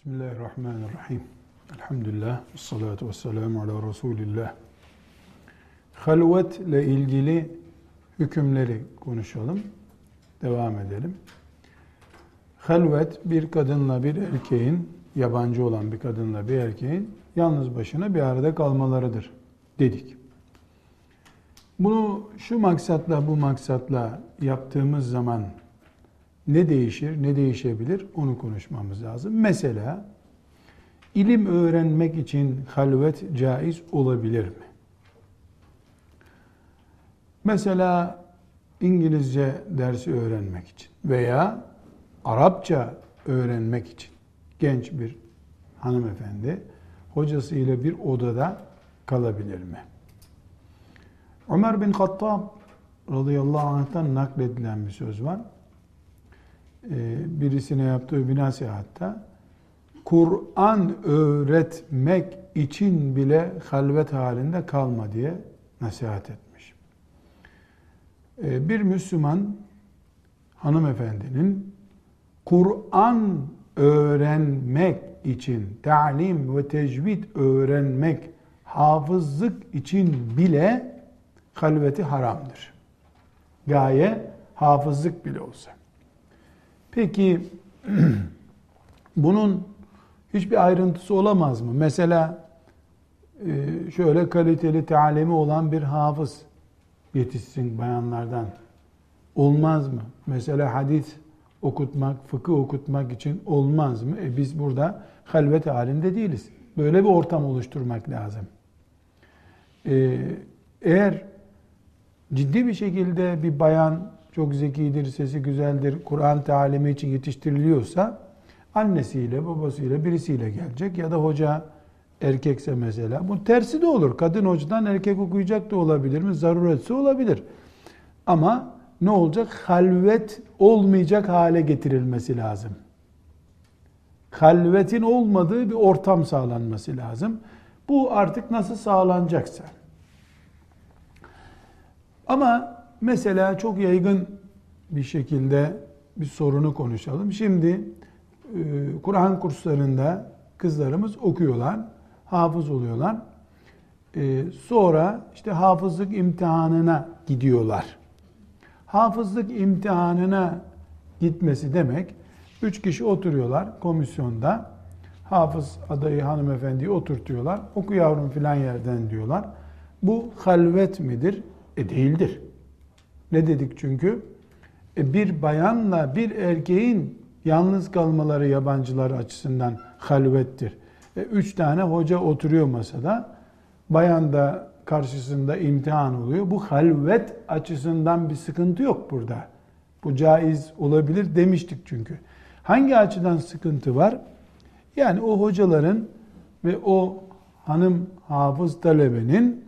Bismillahirrahmanirrahim. Elhamdülillah. Vessalatu vesselamu ala Resulillah. Halvet ile ilgili hükümleri konuşalım. Devam edelim. Halvet bir kadınla bir erkeğin, yabancı olan bir kadınla bir erkeğin yalnız başına bir arada kalmalarıdır dedik. Bunu şu maksatla bu maksatla yaptığımız zaman ne değişir, ne değişebilir onu konuşmamız lazım. Mesela ilim öğrenmek için halvet caiz olabilir mi? Mesela İngilizce dersi öğrenmek için veya Arapça öğrenmek için genç bir hanımefendi hocasıyla bir odada kalabilir mi? Ömer bin Hattab radıyallahu anh'tan nakledilen bir söz var. Birisine yaptığı bir nasihatta Kur'an öğretmek için bile halvet halinde kalma diye nasihat etmiş. Bir Müslüman hanımefendinin Kur'an öğrenmek için, ta'lim ve tecvid öğrenmek, hafızlık için bile halveti haramdır. Gaye hafızlık bile olsa. Peki bunun hiçbir ayrıntısı olamaz mı? Mesela şöyle kaliteli talimi olan bir hafız yetişsin bayanlardan. Olmaz mı? Mesela hadis okutmak, fıkıh okutmak için olmaz mı? Biz burada halvet halinde değiliz. Böyle bir ortam oluşturmak lazım. Eğer ciddi bir şekilde bir bayan çok zekidir, sesi güzeldir, Kur'an talimi için yetiştiriliyorsa annesiyle, babasıyla, birisiyle gelecek ya da hoca erkekse mesela. Bu tersi de olur. Kadın hocadan erkek okuyacak da olabilir mi? Zaruretse olabilir. Ama ne olacak? Halvet olmayacak hale getirilmesi lazım. Halvetin olmadığı bir ortam sağlanması lazım. Bu artık nasıl sağlanacaksa. Ama mesela çok yaygın bir şekilde bir sorunu konuşalım. Şimdi Kur'an kurslarında kızlarımız okuyorlar, hafız oluyorlar. Sonra işte hafızlık imtihanına gidiyorlar. Hafızlık imtihanına gitmesi demek, 3 kişi oturuyorlar komisyonda, hafız adayı hanımefendiyi oturtuyorlar, oku yavrum filan yerden diyorlar. Bu halvet midir? Değildir. Ne dedik çünkü? Bir bayanla bir erkeğin yalnız kalmaları yabancılar açısından halvettir. 3 tane hoca oturuyor masada. Bayan da karşısında imtihan oluyor. Bu halvet açısından bir sıkıntı yok burada. Bu caiz olabilir demiştik çünkü. Hangi açıdan sıkıntı var? Yani o hocaların ve o hanım hafız talebenin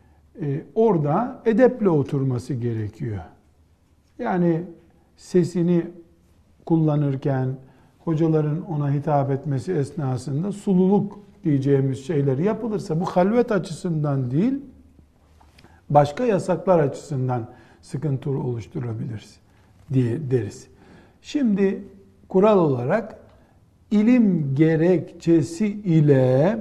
orada edeple oturması gerekiyor. Yani sesini kullanırken hocaların ona hitap etmesi esnasında sululuk diyeceğimiz şeyler yapılırsa bu halvet açısından değil, başka yasaklar açısından sıkıntı oluşturabiliriz diye deriz. Şimdi kural olarak ilim gerekçesi ile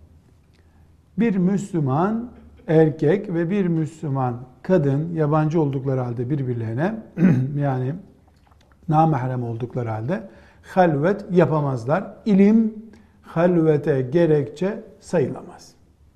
bir Müslüman erkek ve bir Müslüman kadın yabancı oldukları halde birbirlerine yani namahrem oldukları halde halvet yapamazlar. İlim halvete gerekçe sayılamaz.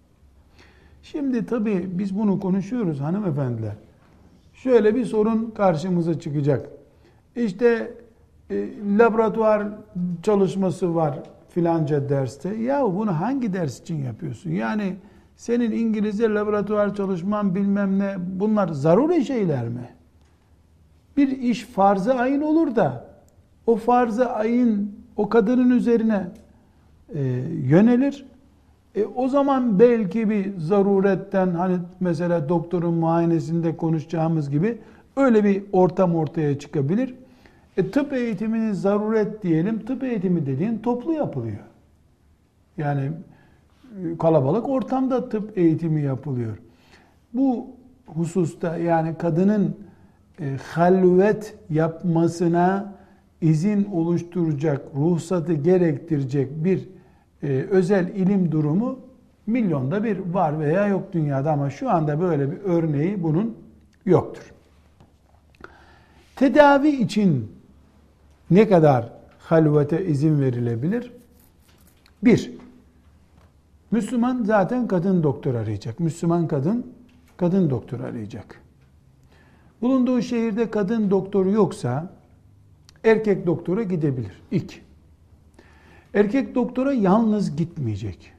Şimdi tabii biz bunu konuşuyoruz hanımefendiler. Şöyle bir sorun karşımıza çıkacak. İşte laboratuvar çalışması var filanca derste. Ya bunu hangi ders için yapıyorsun? Yani senin İngilizce laboratuvar çalışman bilmem ne bunlar zaruri şeyler mi? Bir iş farz-ı ayın olur da o farz-ı ayın o kadının üzerine yönelir. O zaman belki bir zaruretten hani mesela doktorun muayenesinde konuşacağımız gibi öyle bir ortam ortaya çıkabilir. Tıp eğitimini zaruret diyelim. Tıp eğitimi dediğin toplu yapılıyor. Yani kalabalık ortamda tıp eğitimi yapılıyor. Bu hususta yani kadının halvet yapmasına izin oluşturacak, ruhsatı gerektirecek bir özel ilim durumu milyonda bir var veya yok dünyada, ama şu anda böyle bir örneği bunun yoktur. Tedavi için ne kadar halvete izin verilebilir? Bir, Müslüman zaten kadın doktor arayacak. Müslüman kadın doktor arayacak. Bulunduğu şehirde kadın doktoru yoksa erkek doktora gidebilir. İki, erkek doktora yalnız gitmeyecek.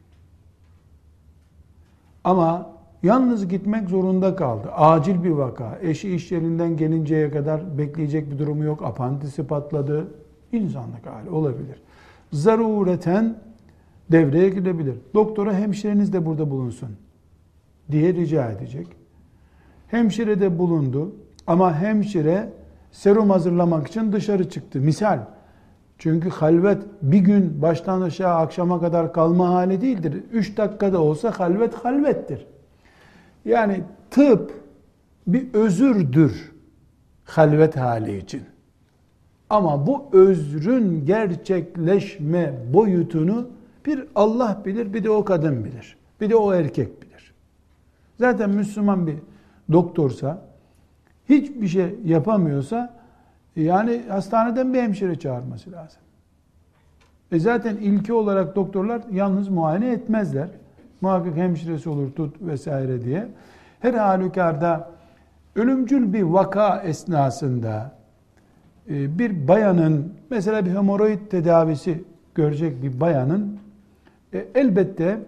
Ama yalnız gitmek zorunda kaldı. Acil bir vaka. Eşi iş yerinden gelinceye kadar bekleyecek bir durumu yok. Apandisi patladı. İnsanlık hali olabilir. Zarureten devreye girebilir. Doktora hemşireniz de burada bulunsun diye rica edecek. Hemşire de bulundu ama hemşire serum hazırlamak için dışarı çıktı. Misal. Çünkü halvet bir gün baştan aşağı akşama kadar kalma hali değildir. 3 dakikada olsa halvettir. Yani tıp bir özürdür halvet hali için. Ama bu özrün gerçekleşme boyutunu bir Allah bilir, bir de o kadın bilir. Bir de o erkek bilir. Zaten Müslüman bir doktorsa, hiçbir şey yapamıyorsa, yani hastaneden bir hemşire çağırması lazım. Zaten ilki olarak doktorlar yalnız muayene etmezler. Muhakkak hemşiresi olur, tut vesaire diye. Her halükarda ölümcül bir vaka esnasında bir bayanın, mesela bir hemoroid tedavisi görecek bir bayanın elbette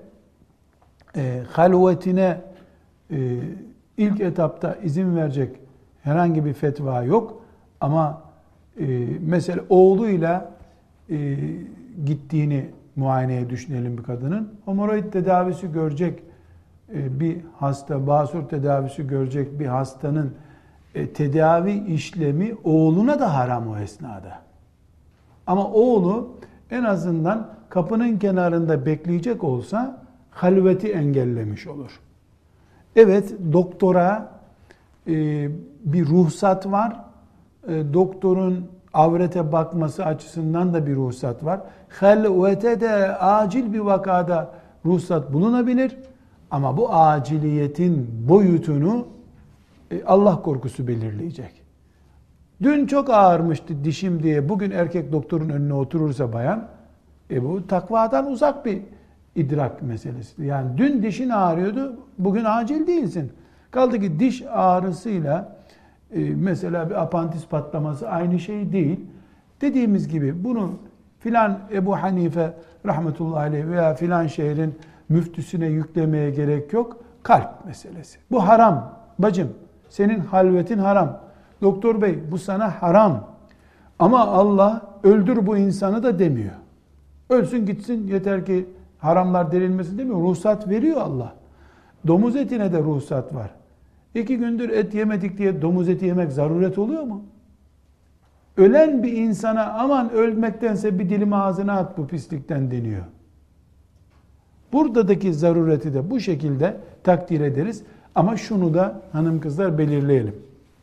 halvetine ilk etapta izin verecek herhangi bir fetva yok. Ama mesela oğluyla gittiğini muayeneye düşünelim bir kadının. Hemoroid tedavisi görecek bir hasta, basur tedavisi görecek bir hastanın tedavi işlemi oğluna da haram o esnada. Ama oğlu en azından kapının kenarında bekleyecek olsa halveti engellemiş olur. Evet, doktora bir ruhsat var. Doktorun avrete bakması açısından da bir ruhsat var. Halvete de acil bir vakada ruhsat bulunabilir. Ama bu aciliyetin boyutunu Allah korkusu belirleyecek. Dün çok ağırmıştı dişim diye bugün erkek doktorun önüne oturursa bayan, bu takvadan uzak bir idrak meselesi. Yani dün dişin ağrıyordu, bugün acil değilsin. Kaldı ki diş ağrısıyla mesela bir apantis patlaması aynı şey değil. Dediğimiz gibi bunu filan Ebu Hanife rahmetullahi aleyh veya filan şehrin müftüsüne yüklemeye gerek yok. Kalp meselesi. Bu haram bacım. Senin halvetin haram. Doktor bey bu sana haram. Ama Allah öldür bu insanı da demiyor. Ölsün gitsin yeter ki haramlar delinmesin demiyor. Ruhsat veriyor Allah. Domuz etine de ruhsat var. 2 gündür et yemedik diye domuz eti yemek zaruret oluyor mu? Ölen bir insana aman ölmektense bir dilim ağzına at bu pislikten deniyor. Buradaki zarureti de bu şekilde takdir ederiz. Ama şunu da hanım kızlar belirleyelim.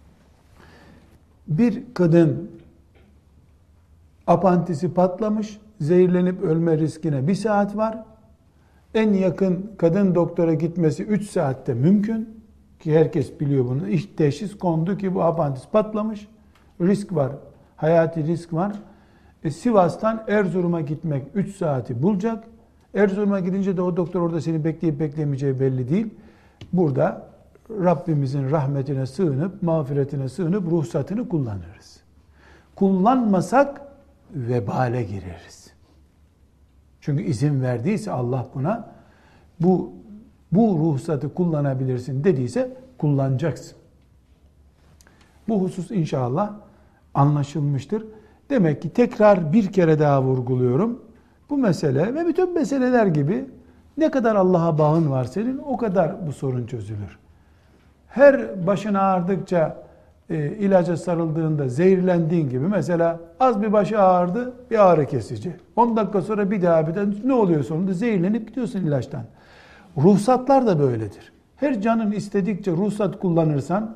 Bir kadın apantisi patlamış, zehirlenip ölme riskine 1 saat var. En yakın kadın doktora gitmesi 3 saatte mümkün. Ki herkes biliyor bunu. İlk teşhis kondu ki bu apantis patlamış. Risk var. Hayati risk var. Sivas'tan Erzurum'a gitmek 3 saati bulacak. Erzurum'a gidince de o doktor orada seni bekleyip beklemeyeceği belli değil. Burada Rabbimizin rahmetine sığınıp, mağfiretine sığınıp ruhsatını kullanırız. Kullanmasak vebale gireriz. Çünkü izin verdiyse Allah buna bu ruhsatı kullanabilirsin dediyse kullanacaksın. Bu husus inşallah anlaşılmıştır. Demek ki tekrar bir kere daha vurguluyorum. Bu mesele ve bütün meseleler gibi ne kadar Allah'a bağın var senin o kadar bu sorun çözülür. Her başın ağrıdıkça ilaca sarıldığında zehirlendiğin gibi mesela az bir başı ağrıdı bir ağrı kesici. 10 dakika sonra bir daha ne oluyor sonunda? Zehirlenip gidiyorsun ilaçtan. Ruhsatlar da böyledir. Her canın istedikçe ruhsat kullanırsan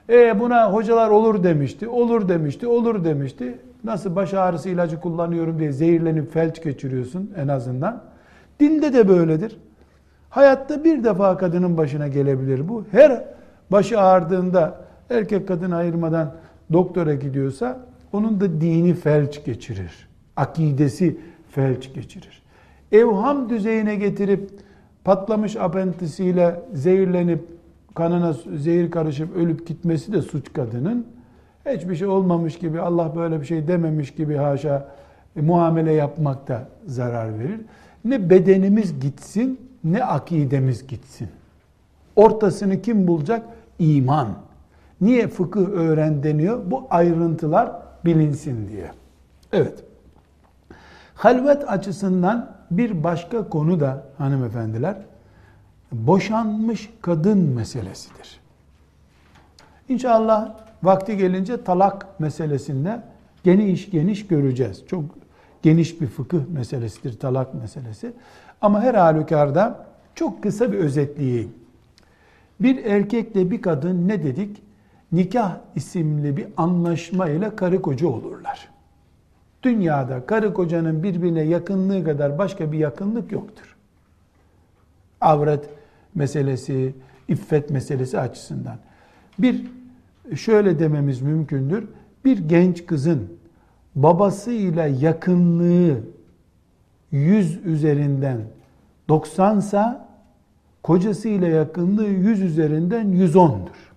Buna hocalar olur demişti, olur demişti, olur demişti. Nasıl baş ağrısı ilacı kullanıyorum diye zehirlenip felç geçiriyorsun en azından. Dinde de böyledir. Hayatta bir defa kadının başına gelebilir bu. Her başı ağrıdığında erkek kadın ayırmadan doktora gidiyorsa onun da dini felç geçirir. Akidesi felç geçirir. Evham düzeyine getirip patlamış apendisiyle zehirlenip kanına zehir karışıp ölüp gitmesi de suç kadının. Hiçbir şey olmamış gibi, Allah böyle bir şey dememiş gibi haşa muamele yapmak da zarar verir. Ne bedenimiz gitsin, ne akidemiz gitsin. Ortasını kim bulacak? İman. Niye fıkıh öğren deniyor? Bu ayrıntılar bilinsin diye. Evet. Halvet açısından bir başka konu da hanımefendiler, boşanmış kadın meselesidir. İnşallah vakti gelince talak meselesinde geniş geniş göreceğiz. Çok geniş bir fıkıh meselesidir talak meselesi. Ama her halükarda çok kısa bir özetleyeyim. Bir erkekle bir kadın ne dedik? Nikah isimli bir anlaşma ile karı koca olurlar. Dünyada karı kocanın birbirine yakınlığı kadar başka bir yakınlık yoktur. Avret meselesi, iffet meselesi açısından. Bir şöyle dememiz mümkündür. Bir genç kızın babasıyla yakınlığı 100 üzerinden 90'sa kocasıyla yakınlığı 100 üzerinden 110'dur.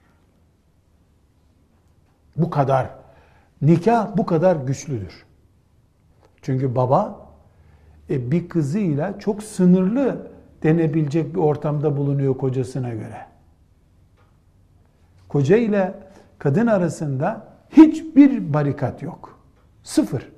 Bu kadar. Nikah bu kadar güçlüdür. Çünkü baba bir kızıyla çok sınırlı denebilecek bir ortamda bulunuyor kocasına göre. Koca ile kadın arasında hiçbir barikat yok. Sıfır.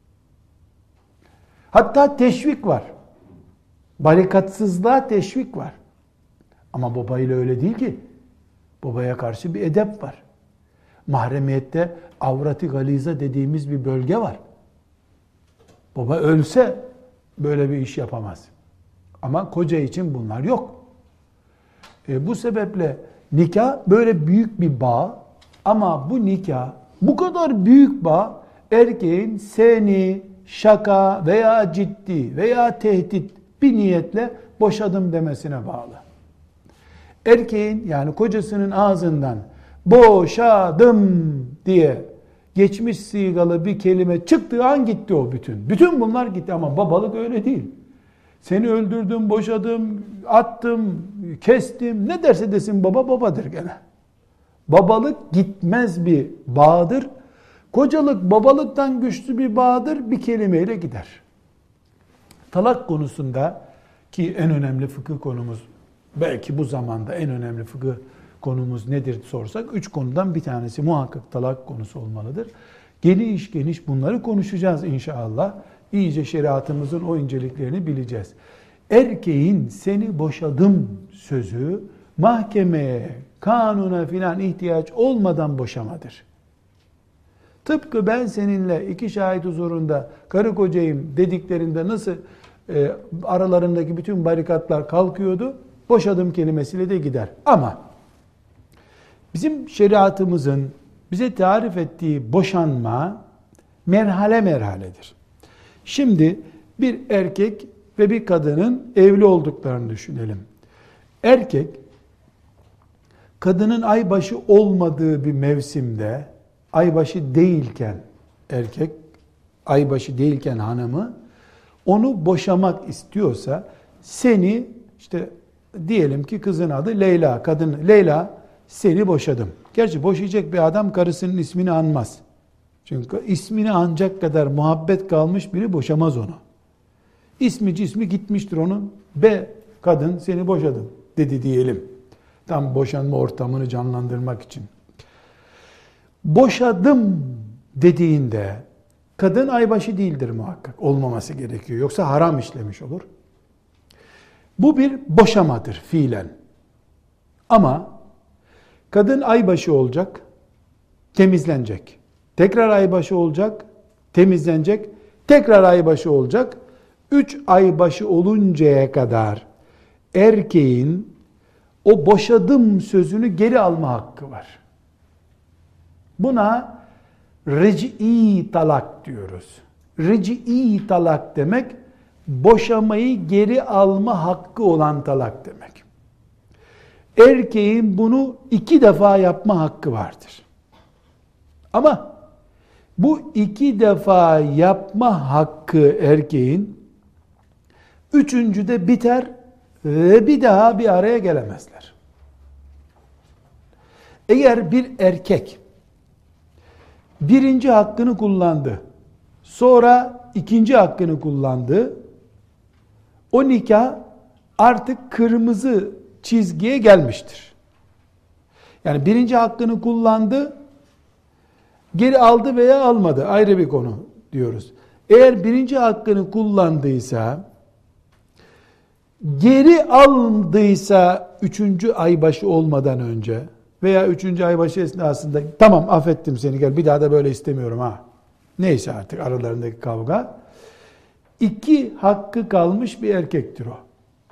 Hatta teşvik var. Barikatsızlığa teşvik var. Ama babayla öyle değil ki. Babaya karşı bir edep var. Mahremiyette avrat-ı galiza dediğimiz bir bölge var. Baba ölse böyle bir iş yapamaz. Ama koca için bunlar yok. Bu sebeple nikah böyle büyük bir bağ, ama bu nikah, bu kadar büyük bağ, erkeğin seni şaka veya ciddi veya tehdit bir niyetle boşadım demesine bağlı. Erkeğin, yani kocasının ağzından boşadım diye geçmiş sigalı bir kelime çıktığı an gitti o bütün. Bütün bunlar gitti, ama babalık öyle değil. Seni öldürdüm, boşadım, attım, kestim, ne derse desin baba babadır gene. Babalık gitmez bir bağdır. Kocalık babalıktan güçlü bir bağdır, bir kelimeyle gider. Talak konusunda, ki en önemli fıkıh konumuz, belki bu zamanda en önemli fıkıh konumuz nedir sorsak, 3 konudan bir tanesi muhakkak talak konusu olmalıdır. Geniş geniş bunları konuşacağız inşallah. İyice şeriatımızın o inceliklerini bileceğiz. Erkeğin seni boşadım sözü mahkemeye, kanuna filan ihtiyaç olmadan boşamadır. Tıpkı ben seninle 2 şahit huzurunda karı kocayım dediklerinde nasıl aralarındaki bütün barikatlar kalkıyordu, boşadım kelimesiyle de gider. Ama bizim şeriatımızın bize tarif ettiği boşanma merhale merhaledir. Şimdi bir erkek ve bir kadının evli olduklarını düşünelim. Erkek, kadının aybaşı olmadığı bir mevsimde, aybaşı değilken erkek, aybaşı değilken hanımı, onu boşamak istiyorsa, seni işte diyelim ki kızın adı Leyla, kadın Leyla, seni boşadım. Gerçi boşayacak bir adam karısının ismini anmaz. Çünkü ismini ancak kadar muhabbet kalmış biri boşamaz onu. İsmi cismi gitmiştir onun. Kadın seni boşadım dedi diyelim. Tam boşanma ortamını canlandırmak için. Boşadım dediğinde kadın aybaşı değildir muhakkak. Olmaması gerekiyor. Yoksa haram işlemiş olur. Bu bir boşamadır fiilen. Ama kadın aybaşı olacak, temizlenecek. Tekrar aybaşı olacak, temizlenecek. Tekrar aybaşı olacak. 3 aybaşı oluncaya kadar erkeğin o boşadım sözünü geri alma hakkı var. Buna ric'i talak diyoruz. Ric'i talak demek, boşamayı geri alma hakkı olan talak demek. Erkeğin bunu 2 defa yapma hakkı vardır. Ama bu 2 defa yapma hakkı erkeğin 3.'de biter ve bir daha bir araya gelemezler. Eğer bir erkek birinci hakkını kullandı, sonra ikinci hakkını kullandı, o nikah artık kırmızı çizgiye gelmiştir. Yani birinci hakkını kullandı, geri aldı veya almadı, ayrı bir konu diyoruz. Eğer birinci hakkını kullandıysa, geri aldıysa 3. aybaşı olmadan önce veya 3. aybaşı esnasında, tamam affettim seni, gel bir daha da böyle istemiyorum ha. Neyse artık aralarındaki kavga. 2 hakkı kalmış bir erkektir o.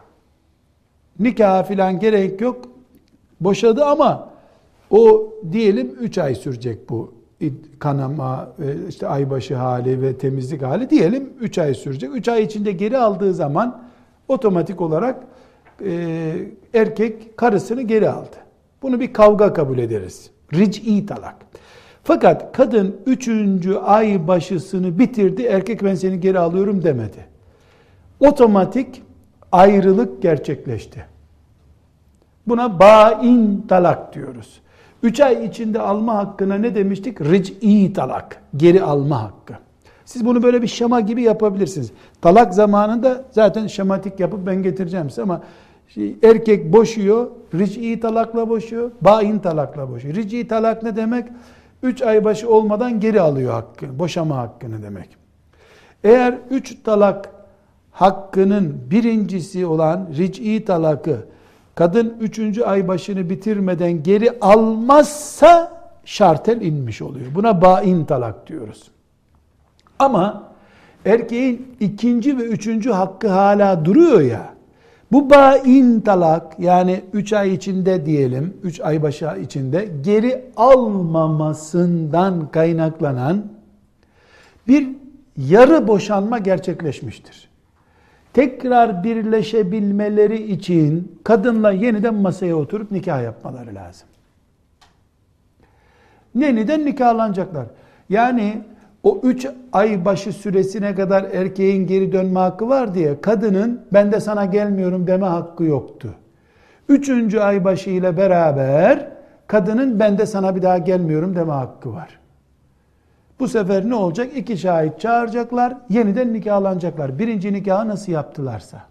Nikah filan gerek yok. Boşadı ama o diyelim 3 ay sürecek bu kanama, işte aybaşı hali ve temizlik hali, diyelim 3 ay sürecek. 3 ay içinde geri aldığı zaman otomatik olarak erkek karısını geri aldı. Bunu bir kavga kabul ederiz. Ric'i talak. Fakat kadın 3. ay başısını bitirdi, erkek ben seni geri alıyorum demedi. Otomatik ayrılık gerçekleşti. Buna bain talak diyoruz. 3 ay içinde alma hakkına ne demiştik? Ric'i talak, geri alma hakkı. Siz bunu böyle bir şema gibi yapabilirsiniz. Talak zamanında zaten şematik yapıp ben getireceğim size, ama erkek boşuyor, ric'i talakla boşuyor, bain talakla boşuyor. Ric'i talak ne demek? 3 ay başı olmadan geri alıyor hakkı, boşama hakkını demek. Eğer 3 talak hakkının birincisi olan ric'i talakı kadın 3. ay başını bitirmeden geri almazsa şartel inmiş oluyor. Buna bain talak diyoruz. Ama erkeğin 2. ve 3. hakkı hala duruyor ya, bu bain talak, yani 3 ay içinde diyelim, 3 ay başı içinde geri almamasından kaynaklanan bir yarı boşanma gerçekleşmiştir. Tekrar birleşebilmeleri için kadınla yeniden masaya oturup nikah yapmaları lazım. Yeniden nikahlanacaklar. Yani o 3 ay başı süresine kadar erkeğin geri dönme hakkı var diye kadının ben de sana gelmiyorum deme hakkı yoktu. 3. ay başı ile beraber kadının ben de sana bir daha gelmiyorum deme hakkı var. Bu sefer ne olacak? 2 şahit çağıracaklar, yeniden nikahlanacaklar. Birinci nikahı nasıl yaptılarsa.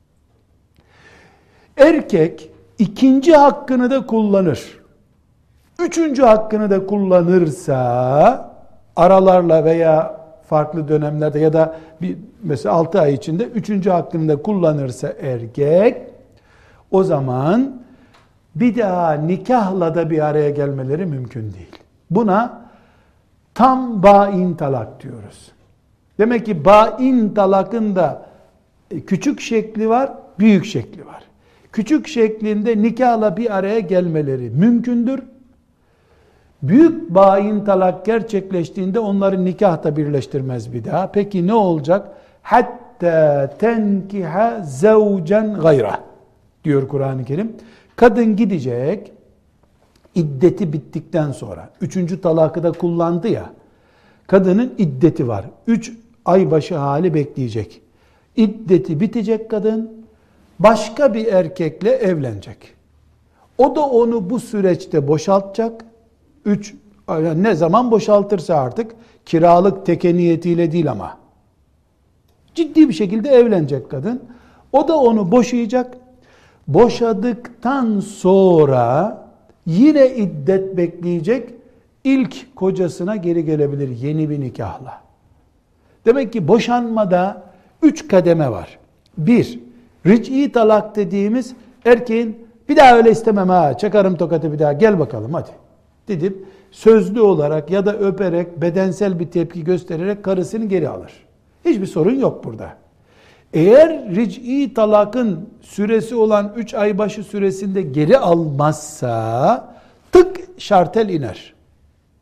Erkek 2. hakkını da kullanır. 3. hakkını da kullanırsa, aralarla veya farklı dönemlerde ya da mesela 6 ay içinde 3. hakkını da kullanırsa erkek, o zaman bir daha nikahla da bir araya gelmeleri mümkün değil. Buna tam bain talak diyoruz. Demek ki bain talakın da küçük şekli var, büyük şekli var. Küçük şeklinde nikahla bir araya gelmeleri mümkündür. Büyük bain talak gerçekleştiğinde onları nikahta birleştirmez bir daha. Peki ne olacak? Hatta tenkiha zevcen gayra diyor Kur'an-ı Kerim. Kadın gidecek, iddeti bittikten sonra, 3. talakı da kullandı ya, kadının iddeti var. 3 ay başı hali bekleyecek. İddeti bitecek kadın, başka bir erkekle evlenecek. O da onu bu süreçte boşaltacak. Yani ne zaman boşaltırsa artık, kiralık teke niyetiyle değil ama. Ciddi bir şekilde evlenecek kadın. O da onu boşayacak. Boşadıktan sonra yine iddet bekleyecek. İlk kocasına geri gelebilir yeni bir nikahla. Demek ki boşanmada 3 kademe var. 1, ric'i talak dediğimiz, erkeğin bir daha öyle istemem ha, çakarım tokatı bir daha, gel bakalım hadi dedip sözlü olarak ya da öperek, bedensel bir tepki göstererek karısını geri alır. Hiçbir sorun yok burada. Eğer ric'i talakın süresi olan 3 ay başı süresinde geri almazsa tık şartel iner.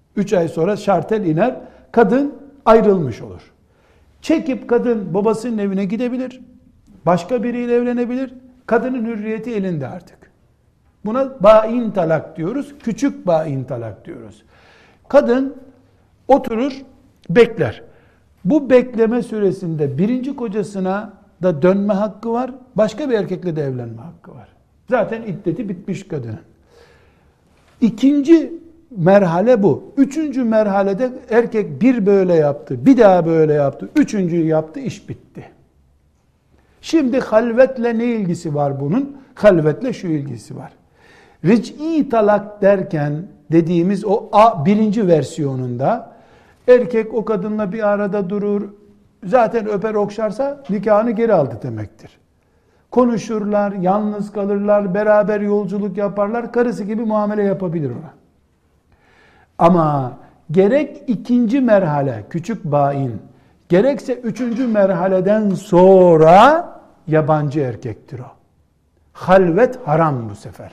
3 ay sonra şartel iner. Kadın ayrılmış olur. Çekip kadın babasının evine gidebilir. Başka biriyle evlenebilir. Kadının hürriyeti elinde artık. Buna bain talak diyoruz. Küçük bain talak diyoruz. Kadın oturur, bekler. Bu bekleme süresinde birinci kocasına da dönme hakkı var. Başka bir erkekle de evlenme hakkı var. Zaten iddeti bitmiş kadının. İkinci merhale bu. Üçüncü merhalede erkek bir böyle yaptı, bir daha böyle yaptı, üçüncüyü yaptı, iş bitti. Şimdi halvetle ne ilgisi var bunun? Halvetle şu ilgisi var. Ric'i talak derken dediğimiz o birinci versiyonunda erkek o kadınla bir arada durur, zaten öper okşarsa nikahını geri aldı demektir. Konuşurlar, yalnız kalırlar, beraber yolculuk yaparlar, karısı gibi muamele yapabilir ona. Ama gerek ikinci merhale, küçük bain, gerekse üçüncü merhaleden sonra yabancı erkektir o. Halvet haram bu sefer.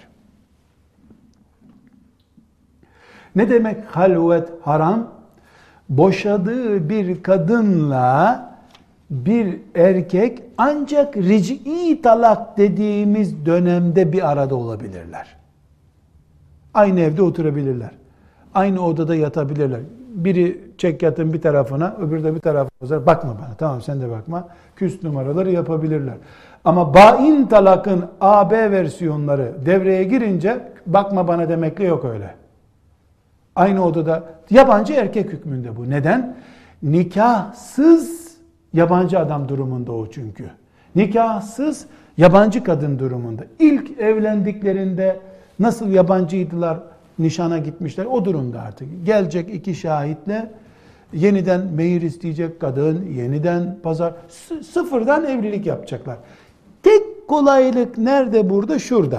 Ne demek halvet haram? Boşadığı bir kadınla bir erkek ancak ric'i talak dediğimiz dönemde bir arada olabilirler. Aynı evde oturabilirler. Aynı odada yatabilirler. Biri çek yatın bir tarafına, öbürü de bir tarafına. Bakma bana, tamam sen de bakma. Küs numaraları yapabilirler. Ama bain talakın A-B versiyonları devreye girince bakma bana demekle yok öyle. Aynı odada yabancı erkek hükmünde bu. Neden? Nikahsız yabancı adam durumunda o çünkü. Nikahsız yabancı kadın durumunda. İlk evlendiklerinde nasıl yabancıydılar, nişana gitmişler, o durumda artık. Gelecek iki şahitle yeniden mehir isteyecek kadın, yeniden pazar, sıfırdan evlilik yapacaklar. Tek kolaylık nerede burada? Şurada.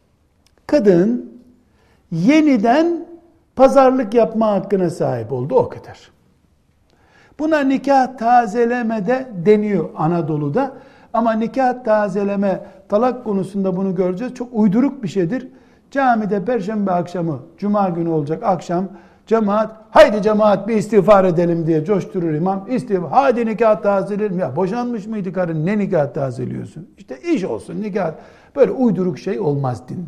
Kadın yeniden pazarlık yapma hakkına sahip oldu, o kadar. Buna nikah tazeleme de deniyor Anadolu'da. Ama nikah tazeleme, talak konusunda bunu göreceğiz. Çok uyduruk bir şeydir. Camide perşembe akşamı, cuma günü olacak akşam, cemaat, haydi cemaat bir istiğfar edelim diye coşturur imam. İstiğfar, hadi nikah tazeleyelim. Ya boşanmış mıydı karın, ne nikah tazeliyorsun? İşte iş olsun, nikah. Böyle uyduruk şey olmaz dinde.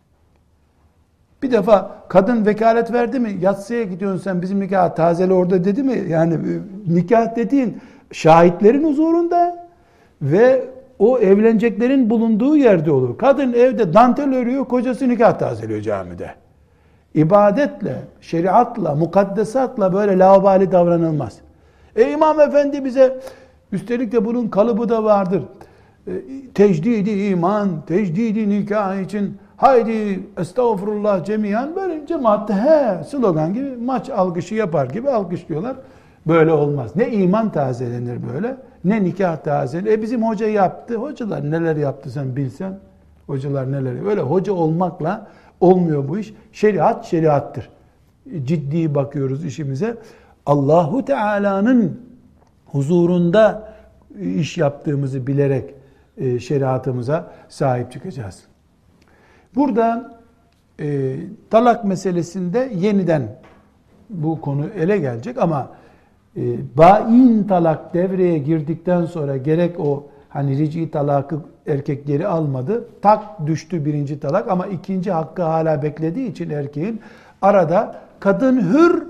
Bir defa kadın vekalet verdi mi, yatsıya gidiyorsun sen, bizim nikah tazeli orada dedi mi? Yani nikah dediğin şahitlerin huzurunda ve o evleneceklerin bulunduğu yerde olur. Kadın evde dantel örüyor, kocası nikah tazeliyor camide. İbadetle, şeriatla, mukaddesatla böyle laubali davranılmaz. İmam efendi bize, üstelik de bunun kalıbı da vardır. Tecdidi iman, tecdidi nikah için haydi estağfurullah cemiyan, böyle cemaatte slogan gibi, maç alkışı yapar gibi alkışlıyorlar. Böyle olmaz. Ne iman tazelenir böyle, ne nikah tazelenir. Bizim hoca yaptı. Hocalar neler yaptı sen bilsen. Hocalar neler. Öyle hoca olmakla olmuyor bu iş. Şeriat şeriattır. Ciddi bakıyoruz işimize. Allahu Teala'nın huzurunda iş yaptığımızı bilerek şeriatımıza sahip çıkacağız. Burada talak meselesinde yeniden bu konu ele gelecek ama bain talak devreye girdikten sonra gerek o hani ric'i talakı erkek geri almadı, tak düştü birinci talak ama ikinci hakkı hala beklediği için erkeğin arada kadın hür,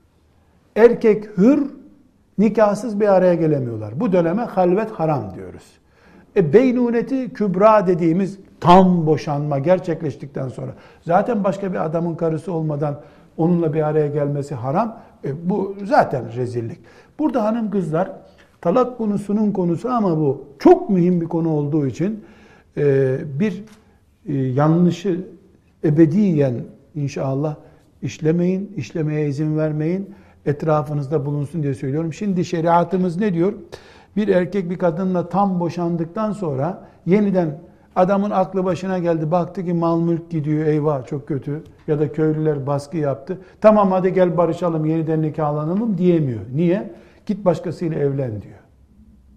erkek hür, nikahsız bir araya gelemiyorlar. Bu döneme halvet haram diyoruz. Beynuneti kübra dediğimiz tam boşanma gerçekleştikten sonra zaten başka bir adamın karısı olmadan onunla bir araya gelmesi haram. Bu zaten rezillik. Burada hanım kızlar, talak konusunun konusu ama bu çok mühim bir konu olduğu için bir yanlışı ebediyen inşallah işlemeyin, işlemeye izin vermeyin, etrafınızda bulunsun diye söylüyorum. Şimdi şeriatımız ne diyor? Bir erkek bir kadınla tam boşandıktan sonra yeniden adamın aklı başına geldi, baktı ki mal mülk gidiyor, eyvah çok kötü, ya da köylüler baskı yaptı. Tamam hadi gel barışalım, yeniden nikahlanalım diyemiyor. Niye? Git başkasıyla evlen diyor.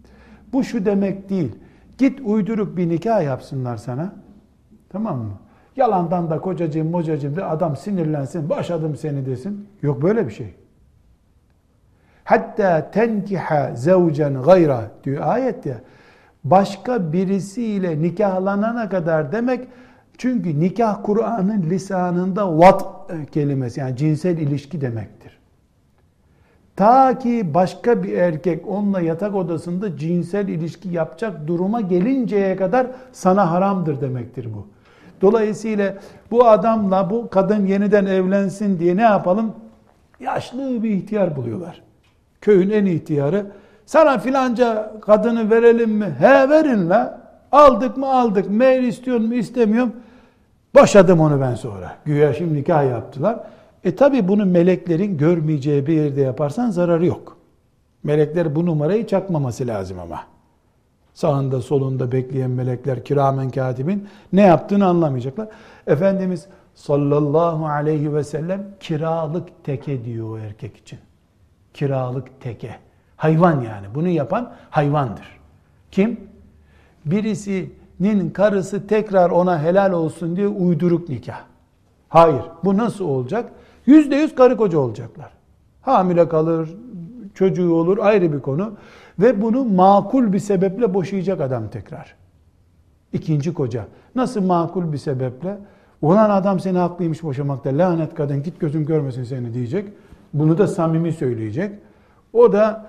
Bu şu demek değil. Git uyduruk bir nikah yapsınlar sana. Tamam mı? Yalandan da kocacığım mocacığım de adam sinirlensin, boşadım seni desin. Yok böyle bir şey. Hatta tenkiha zevcen gayra diyor ayet ya. Başka birisiyle nikahlanana kadar demek. Çünkü nikah Kur'an'ın lisanında vat kelimesi yani cinsel ilişki demektir. Ta ki başka bir erkek onunla yatak odasında cinsel ilişki yapacak duruma gelinceye kadar sana haramdır demektir bu. Dolayısıyla bu adamla bu kadın yeniden evlensin diye ne yapalım? Yaşlı bir ihtiyar buluyorlar. Köyün en ihtiyarı. Sana filanca kadını verelim mi? He verin la. Aldık mı aldık. Meğer istiyorum mu istemiyorum. Boşadım onu ben sonra. Güya şimdi nikah yaptılar. Tabi bunu meleklerin görmeyeceği bir yerde yaparsan zararı yok. Melekler bu numarayı çakmaması lazım ama. Sağında solunda bekleyen melekler kiramen katibin ne yaptığını anlamayacaklar. Efendimiz sallallahu aleyhi ve sellem kiralık teke diyor o erkek için. Kiralık teke. Hayvan yani. Bunu yapan hayvandır. Kim? Birisinin karısı tekrar ona helal olsun diye uyduruk nikah. Hayır. Bu nasıl olacak? %100 karı koca olacaklar. Hamile kalır, çocuğu olur ayrı bir konu. Ve bunu makul bir sebeple boşayacak adam tekrar. İkinci koca. Nasıl makul bir sebeple? Ulan adam seni haklıymış boşamakta. Lanet kadın git gözüm görmesin seni diyecek. Bunu da samimi söyleyecek. O da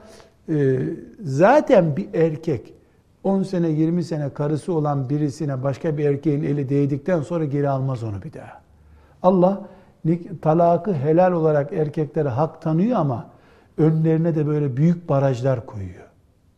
zaten bir erkek 10 sene 20 sene karısı olan birisine başka bir erkeğin eli değdikten sonra geri almaz onu bir daha. Allah talakı helal olarak erkeklere hak tanıyor ama önlerine de böyle büyük barajlar koyuyor.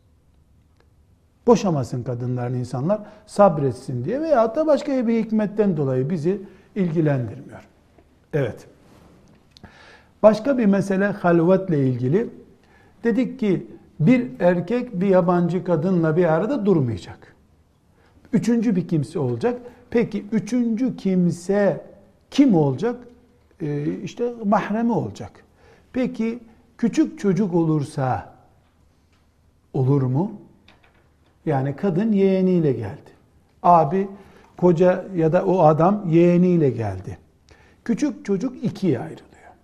Boşamasın kadınların insanlar sabretsin diye veyahut da başka bir hikmetten dolayı bizi ilgilendirmiyor. Evet. Başka bir mesele halvetle ilgili. Dedik ki bir erkek bir yabancı kadınla bir arada durmayacak. Üçüncü bir kimse olacak. Peki üçüncü kimse kim olacak? İşte mahremi olacak. Peki küçük çocuk olursa olur mu? Yani kadın yeğeniyle geldi. Abi, koca ya da o adam yeğeniyle geldi. Küçük çocuk ikiye ayrılıyor.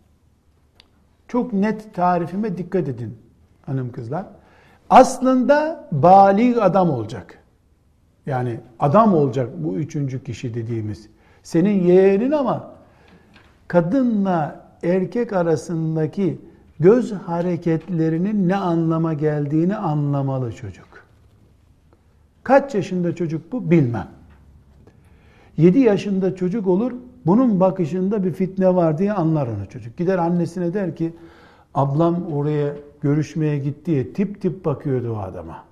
Çok net tarifime dikkat edin hanım kızlar. Aslında bâlig adam olacak. Yani adam olacak bu üçüncü kişi dediğimiz. Senin yeğenin ama kadınla erkek arasındaki göz hareketlerinin ne anlama geldiğini anlamalı çocuk. Kaç yaşında çocuk bu bilmem. 7 yaşında çocuk olur, bunun bakışında bir fitne var diye anlar onu çocuk. Gider annesine der ki, ablam oraya görüşmeye gitti diye tip tip bakıyordu o adama.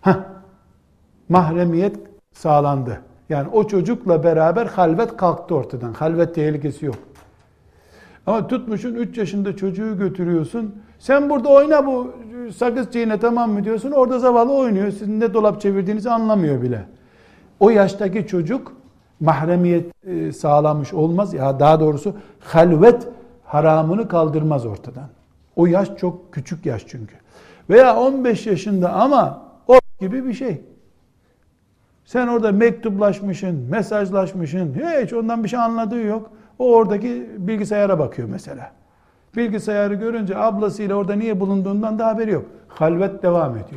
Mahremiyet sağlandı. Yani o çocukla beraber halvet kalktı ortadan. Halvet tehlikesi yok. Ama tutmuşsun 3 yaşında çocuğu götürüyorsun. Sen burada oyna bu sakız çiğne tamam mı diyorsun. Orada zavallı oynuyor. Sizin ne dolap çevirdiğinizi anlamıyor bile. O yaştaki çocuk mahremiyet sağlamış olmaz. Ya daha doğrusu halvet haramını kaldırmaz ortadan. O yaş çok küçük yaş çünkü. Veya 15 yaşında ama o gibi bir şey. Sen orada mektuplaşmışsın, mesajlaşmışsın. Hiç ondan bir şey anladığı yok. O oradaki bilgisayara bakıyor mesela. Bilgisayarı görünce ablasıyla orada niye bulunduğundan da haberi yok. Halvet devam ediyor.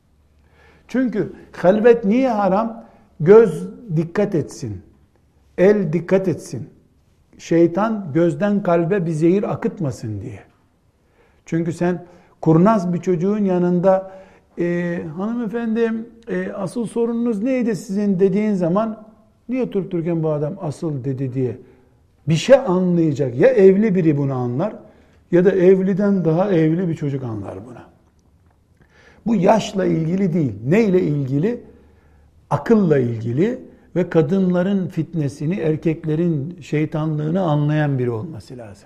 Çünkü halvet niye haram? Göz dikkat etsin. El dikkat etsin. Şeytan gözden kalbe bir zehir akıtmasın diye. Çünkü sen kurnaz bir çocuğun yanında hanımefendi asıl sorununuz neydi sizin dediğin zaman niye durup dururken bu adam asıl dedi diye bir şey anlayacak. Ya evli biri bunu anlar ya da evliden daha evli bir çocuk anlar buna. Bu yaşla ilgili değil. Neyle ilgili? Akılla ilgili ve kadınların fitnesini, erkeklerin şeytanlığını anlayan biri olması lazım.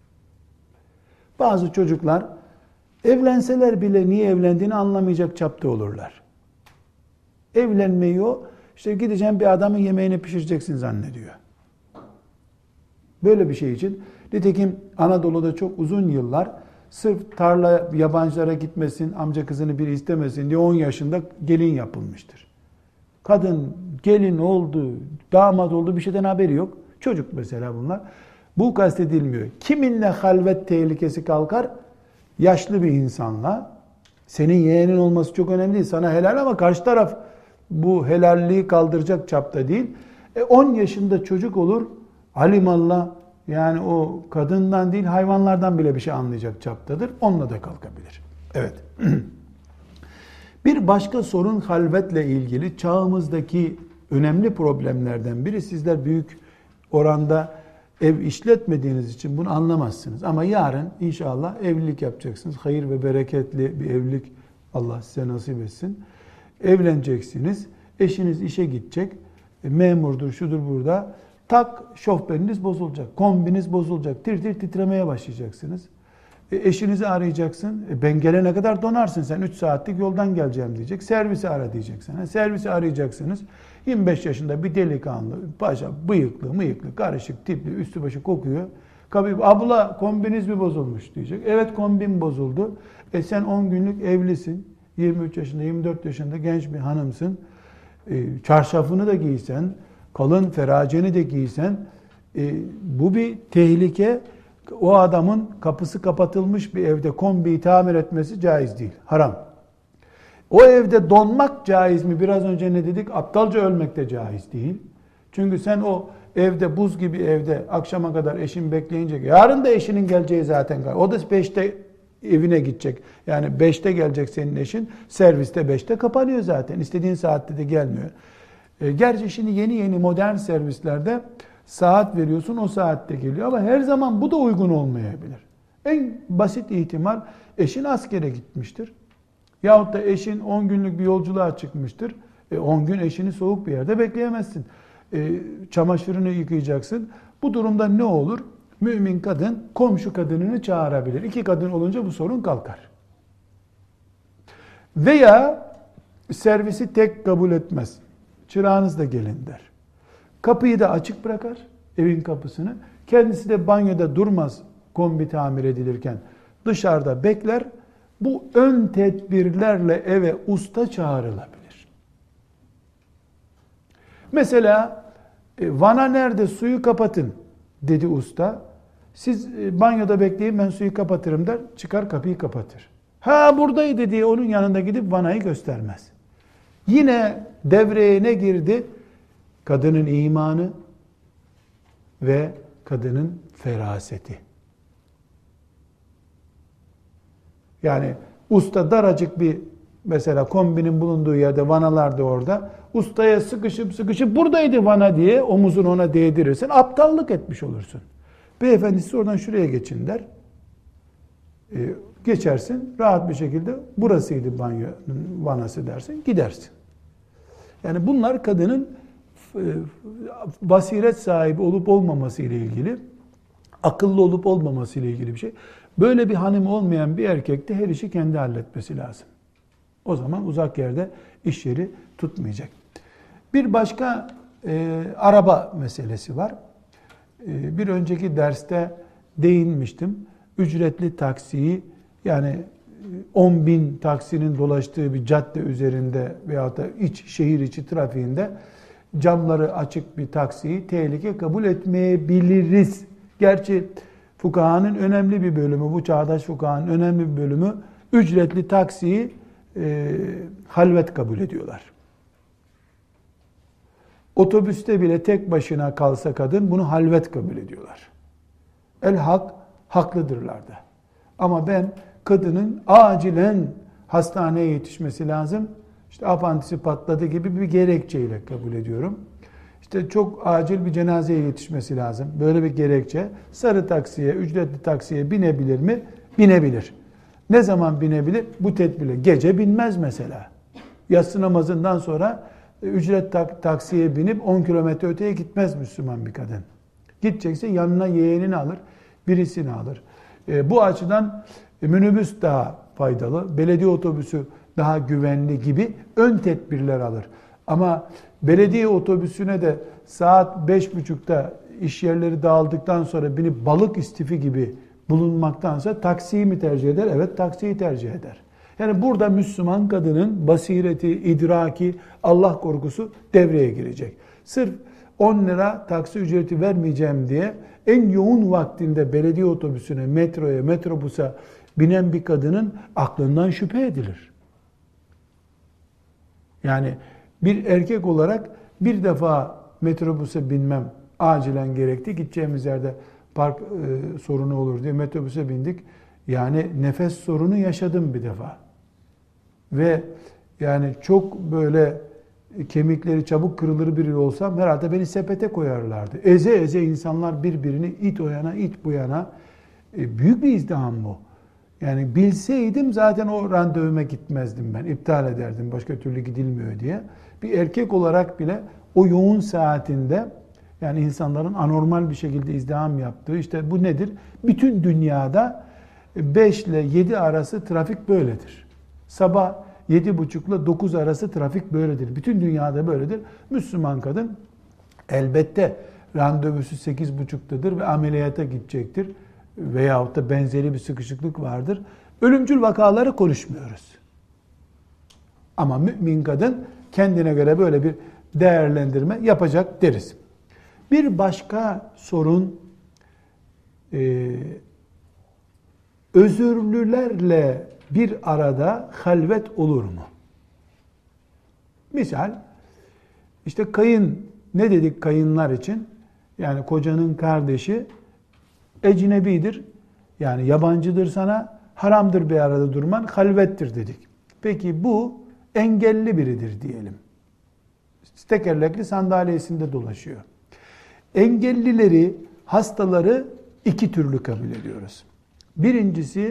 Bazı çocuklar evlenseler bile niye evlendiğini anlamayacak çapta olurlar. Evlenmeyi o, işte gideceğim bir adamın yemeğini pişireceksin zannediyor. Böyle bir şey için. Nitekim Anadolu'da çok uzun yıllar sırf tarla yabancılara gitmesin, amca kızını biri istemesin diye 10 yaşında gelin yapılmıştır. Kadın gelin oldu, damat oldu bir şeyden haberi yok. Çocuk mesela bunlar. Bu kastedilmiyor. Kiminle halvet tehlikesi kalkar? Yaşlı bir insanla. Senin yeğenin olması çok önemli değil. Sana helal ama karşı taraf bu helalliği kaldıracak çapta değil. 10 yaşında çocuk olur. Alimallah, yani o kadından değil hayvanlardan bile bir şey anlayacak çaptadır. Onunla da kalkabilir. Evet. Bir başka sorun halvetle ilgili, çağımızdaki önemli problemlerden biri. Sizler büyük oranda ev işletmediğiniz için bunu anlamazsınız. Ama yarın inşallah evlilik yapacaksınız. Hayır ve bereketli bir evlilik Allah size nasip etsin. Evleneceksiniz. Eşiniz işe gidecek. Memurdur, şudur burada. Tak, şoförünüz bozulacak. Kombiniz bozulacak. Tir tir titremeye başlayacaksınız. Eşinizi arayacaksın. Ben gelene kadar donarsın. Sen 3 saatlik yoldan geleceğim diyecek. Servisi ara diyecek sana. Servisi arayacaksınız. 25 yaşında bir delikanlı, paşa, bıyıklı, karışık tipli, üstü başı kokuyor. Abla kombiniz mi bozulmuş diyecek. Evet, kombin bozuldu. Sen 10 günlük evlisin. 23 yaşında, 24 yaşında genç bir hanımsın. Çarşafını da giysen, kalın feraceni de giysen, bu bir tehlike. O adamın kapısı kapatılmış bir evde kombiyi tamir etmesi caiz değil. Haram. O evde donmak caiz mi? Biraz önce ne dedik? Aptalca ölmek de caiz değil. Çünkü sen o evde, buz gibi evde akşama kadar eşin bekleyince, yarın da eşinin geleceği zaten. O da 5'te evine gidecek. Yani 5'te gelecek senin eşin. Serviste 5'te kapanıyor zaten. İstediğin saatte de gelmiyor. Gerçi şimdi yeni modern servislerde saat veriyorsun, o saatte geliyor. Ama her zaman bu da uygun olmayabilir. En basit ihtimal eşin askere gitmiştir. Yahut da eşin 10 günlük bir yolculuğa çıkmıştır. 10 gün eşini soğuk bir yerde bekleyemezsin. Çamaşırını yıkayacaksın. Bu durumda ne olur? Mümin kadın komşu kadınını çağırabilir. 2 kadın olunca bu sorun kalkar. Veya servisi tek kabul etmez. Çırağınız da gelin der. Kapıyı da açık bırakar, evin kapısını. Kendisi de banyoda durmaz kombi tamir edilirken. Dışarıda bekler. Bu ön tedbirlerle eve usta çağrılabilir. Mesela vana nerede, suyu kapatın dedi usta. Siz banyoda bekleyin, ben suyu kapatırım der. Çıkar kapıyı kapatır. Ha buradaydı diye onun yanında gidip vanayı göstermez. Yine devreye ne girdi? Kadının imanı ve kadının feraseti. Yani usta daracık bir, mesela kombinin bulunduğu yerde vanalar da orada. Ustaya sıkışıp buradaydı vana diye omuzunu ona değdirirsen aptallık etmiş olursun. Beyefendi siz oradan şuraya geçin der. Geçersin rahat bir şekilde, burasıydı banyo vanası dersin, gidersin. Yani bunlar kadının basiret sahibi olup olmaması ile ilgili, akıllı olup olmaması ile ilgili bir şey. Böyle bir hanım olmayan bir erkek de her işi kendi halletmesi lazım. O zaman uzak yerde iş yeri tutmayacak. Bir başka araba meselesi var. Bir önceki derste değinmiştim. Ücretli taksiyi, yani 10.000 taksinin dolaştığı bir cadde üzerinde veyahut da şehir içi trafiğinde camları açık bir taksiyi tehlike kabul etmeyebiliriz. Gerçi fukahanın önemli bir bölümü, bu çağdaş fukahanın önemli bir bölümü ücretli taksiyi halvet kabul ediyorlar. Otobüste bile tek başına kalsa kadın bunu halvet kabul ediyorlar. Haklıdırlar da. Ama ben kadının acilen hastaneye yetişmesi lazım, İşte apantisi patladı gibi bir gerekçeyle kabul ediyorum. İşte çok acil bir cenazeye yetişmesi lazım. Böyle bir gerekçe. Sarı taksiye, ücretli taksiye binebilir mi? Binebilir. Ne zaman binebilir? Bu tedbirle. Gece binmez mesela. Yatsı namazından sonra ücret taksiye binip 10 kilometre öteye gitmez Müslüman bir kadın. Gidecekse yanına yeğenini alır, birisini alır. Bu açıdan minibüs daha faydalı, belediye otobüsü daha güvenli gibi ön tedbirler alır. Ama belediye otobüsüne de saat 5.30'da iş yerleri dağıldıktan sonra binip balık istifi gibi bulunmaktansa taksiyi mi tercih eder? Evet, taksiyi tercih eder. Yani burada Müslüman kadının basireti, idraki, Allah korkusu devreye girecek. Sırf 10 lira taksi ücreti vermeyeceğim diye en yoğun vaktinde belediye otobüsüne, metroya, metrobusa binen bir kadının aklından şüphe edilir. Yani bir erkek olarak bir defa metrobüse binmem acilen gerekti. Gideceğimiz yerde park sorunu olur diye metrobüse bindik. Yani nefes sorunu yaşadım bir defa. Ve yani çok böyle kemikleri çabuk kırılır biri olsam herhalde beni sepete koyarlardı. Eze eze insanlar birbirini it o yana it bu yana. Büyük bir izdiham bu. Yani bilseydim zaten o randevuma gitmezdim ben. İptal ederdim başka türlü gidilmiyor diye. Bir erkek olarak bile o yoğun saatinde yani insanların anormal bir şekilde izdiham yaptığı işte bu nedir? Bütün dünyada 5 ile 7 arası trafik böyledir. Sabah 7.30 ile 9 arası trafik böyledir. Bütün dünyada böyledir. Müslüman kadın elbette randevusu 8.30'dadır ve ameliyata gidecektir. Veyahut da benzeri bir sıkışıklık vardır. Ölümcül vakaları konuşmuyoruz. Ama mümin kadın kendine göre böyle bir değerlendirme yapacak deriz. Bir başka sorun özürlülerle bir arada halvet olur mu? Misal işte kayın ne dedik kayınlar için? Yani kocanın kardeşi ecnebidir. Yani yabancıdır sana, haramdır bir arada durman, halvettir dedik. Peki bu engelli biridir diyelim. Tekerlekli sandalyesinde dolaşıyor. Engellileri, hastaları iki türlü kabul ediyoruz. Birincisi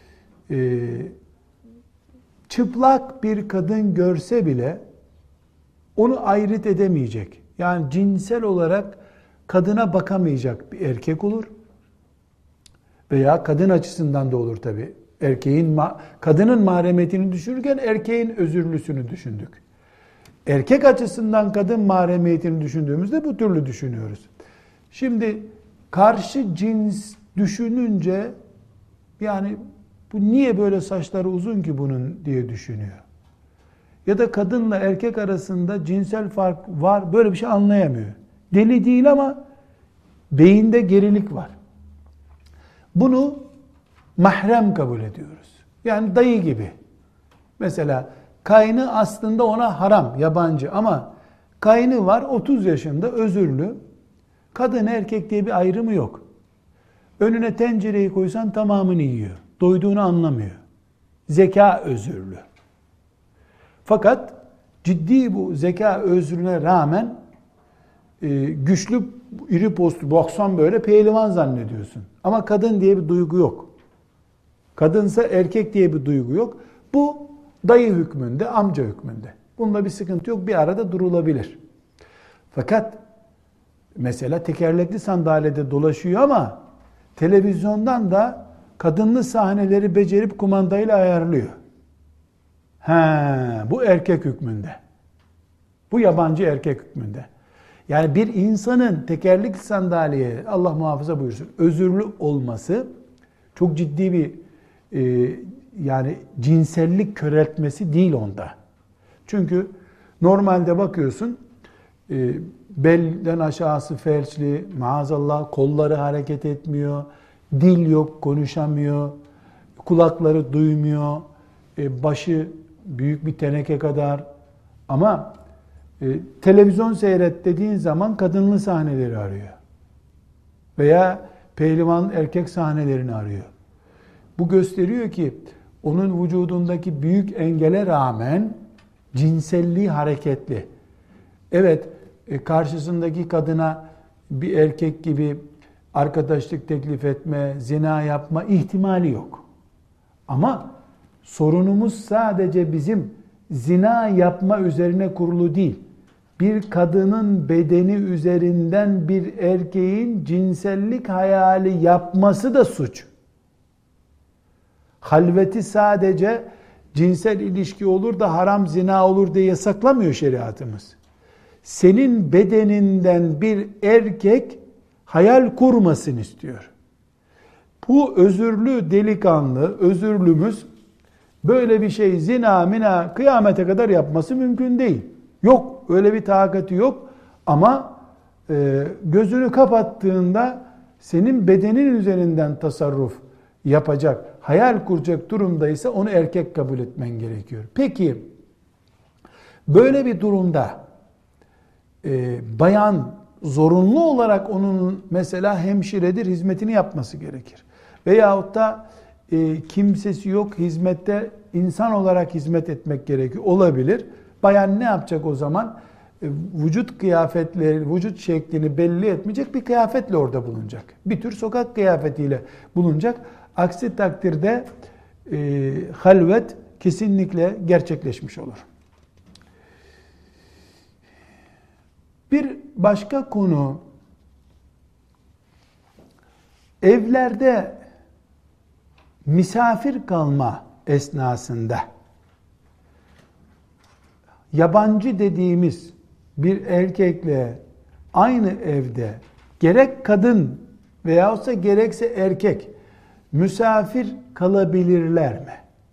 çıplak bir kadın görse bile onu ayırt edemeyecek. Yani cinsel olarak kadına bakamayacak bir erkek olur. Veya kadın açısından da olur tabii. Kadının mahremiyetini düşünürken erkeğin özürlüsünü düşündük. Erkek açısından kadın mahremiyetini düşündüğümüzde bu türlü düşünüyoruz. Şimdi karşı cins düşününce yani bu niye böyle saçları uzun ki bunun diye düşünüyor. Ya da kadınla erkek arasında cinsel fark var böyle bir şey anlayamıyor. Deli değil ama beyinde gerilik var. Bunu mahrem kabul ediyoruz. Yani dayı gibi. Mesela kaynı aslında ona haram, yabancı ama kaynı var 30 yaşında özürlü. Kadın erkek diye bir ayrımı yok. Önüne tencereyi koysan tamamını yiyor. Doyduğunu anlamıyor. Zeka özürlü. Fakat ciddi bu zeka özrüne rağmen güçlü, iri postlu, baksan böyle pehlivan zannediyorsun. Ama kadın diye bir duygu yok. Kadınsa erkek diye bir duygu yok. Bu dayı hükmünde, amca hükmünde. Bunda bir sıkıntı yok. Bir arada durulabilir. Fakat mesela tekerlekli sandalyede dolaşıyor ama televizyondan da kadınlı sahneleri becerip kumandayla ayarlıyor. Bu erkek hükmünde. Bu yabancı erkek hükmünde. Yani bir insanın tekerlekli sandalyeye Allah muhafaza buyursun özürlü olması çok ciddi bir yani cinsellik köreltmesi değil onda. Çünkü normalde bakıyorsun belden aşağısı felçli, maazallah kolları hareket etmiyor, dil yok, konuşamıyor, kulakları duymuyor, başı büyük bir teneke kadar ama televizyon seyret dediğin zaman kadınlı sahneleri arıyor. Veya pehlivan erkek sahnelerini arıyor. Bu gösteriyor ki onun vücudundaki büyük engele rağmen cinselliği hareketli. Evet, karşısındaki kadına bir erkek gibi arkadaşlık teklif etme, zina yapma ihtimali yok. Ama sorunumuz sadece bizim zina yapma üzerine kurulu değil. Bir kadının bedeni üzerinden bir erkeğin cinsellik hayali yapması da suç. Halveti sadece cinsel ilişki olur da haram zina olur diye yasaklamıyor şeriatımız. Senin bedeninden bir erkek hayal kurmasın istiyor. Bu özürlü delikanlı, özürlümüz Böyle bir şey zina mina kıyamete kadar yapması mümkün değil. Yok, öyle bir takati yok. Ama gözünü kapattığında senin bedenin üzerinden tasarruf yapacak, hayal kuracak durumdaysa onu erkek kabul etmen gerekiyor. Peki böyle bir durumda bayan zorunlu olarak onun mesela hemşiredir, hizmetini yapması gerekir. Veyahut da kimsesi yok, hizmette insan olarak hizmet etmek gerekiyor. Olabilir. Bayan ne yapacak o zaman? Vücut kıyafetleri, vücut şeklini belli etmeyecek bir kıyafetle orada bulunacak. Bir tür sokak kıyafetiyle bulunacak. Aksi takdirde halvet kesinlikle gerçekleşmiş olur. Bir başka konu, evlerde misafir kalma esnasında yabancı dediğimiz bir erkekle aynı evde gerek kadın veyahutsa gerekse erkek misafir kalabilirler mi?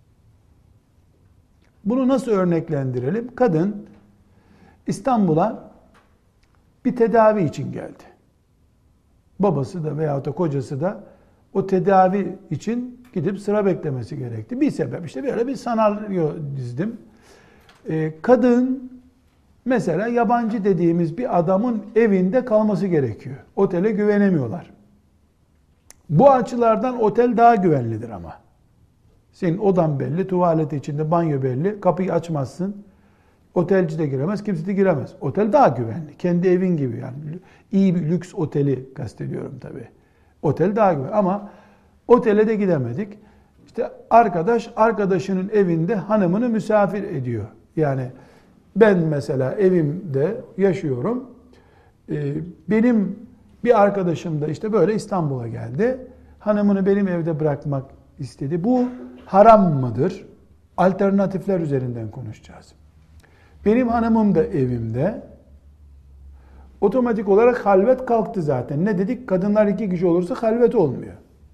Bunu nasıl örneklendirelim? Kadın İstanbul'a bir tedavi için geldi. Babası da veyahut da kocası da o tedavi için gidip sıra beklemesi gerekti. Bir sebep işte böyle bir senaryo dizdim. Kadın mesela yabancı dediğimiz bir adamın evinde kalması gerekiyor. Otele güvenemiyorlar. Bu açılardan otel daha güvenlidir ama. Senin odan belli, tuvalet içinde, banyo belli. Kapıyı açmazsın. Otelci de giremez, kimse de giremez. Otel daha güvenli. Kendi evin gibi yani. İyi bir lüks oteli kastediyorum tabii. Otel daha güvenli ama otele de gidemedik. İşte arkadaşının evinde hanımını misafir ediyor. Yani ben mesela evimde yaşıyorum. Benim bir arkadaşım da işte böyle İstanbul'a geldi. Hanımını benim evde bırakmak istedi. Bu haram mıdır? Alternatifler üzerinden konuşacağız. Benim hanımım da evimde. Otomatik olarak halvet kalktı zaten. Ne dedik? Kadınlar 2 kişi olursa halvet olmuyor.